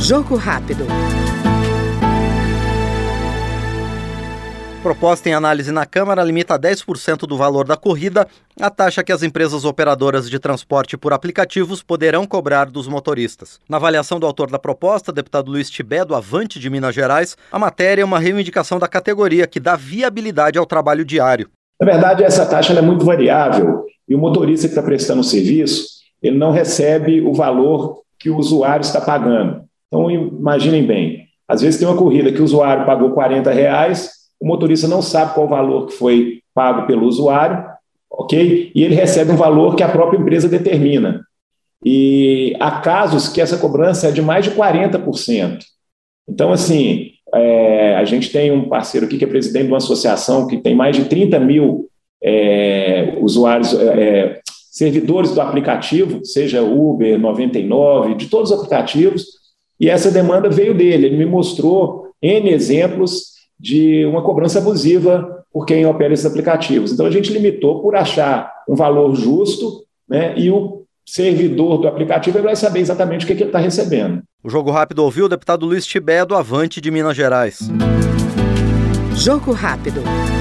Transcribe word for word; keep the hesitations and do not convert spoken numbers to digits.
Jogo rápido. Proposta em análise na Câmara limita a dez por cento do valor da corrida a taxa que as empresas operadoras de transporte por aplicativos poderão cobrar dos motoristas. Na avaliação do autor da proposta, deputado Luiz Tibé, do Avante de Minas Gerais, a matéria é uma reivindicação da categoria que dá viabilidade ao trabalho diário. Na verdade, essa taxa é muito variável e o motorista que está prestando o serviço, ele não recebe o valor que o usuário está pagando. Então, imaginem bem, às vezes tem uma corrida que o usuário pagou quarenta reais, o motorista não sabe qual o valor que foi pago pelo usuário, ok? E ele recebe um valor que a própria empresa determina. E há casos que essa cobrança é de mais de quarenta por cento. Então, assim, é, a gente tem um parceiro aqui que é presidente de uma associação que tem mais de trinta mil é, usuários, é, servidores do aplicativo, seja Uber, noventa e nove, de todos os aplicativos, e essa demanda veio dele. Ele me mostrou N exemplos de uma cobrança abusiva por quem opera esses aplicativos. Então, a gente limitou por achar um valor justo, né, e o servidor do aplicativo vai saber exatamente o que, que ele está recebendo. O Jogo Rápido ouviu o deputado Luiz Tibé, do Avante de Minas Gerais. Jogo rápido.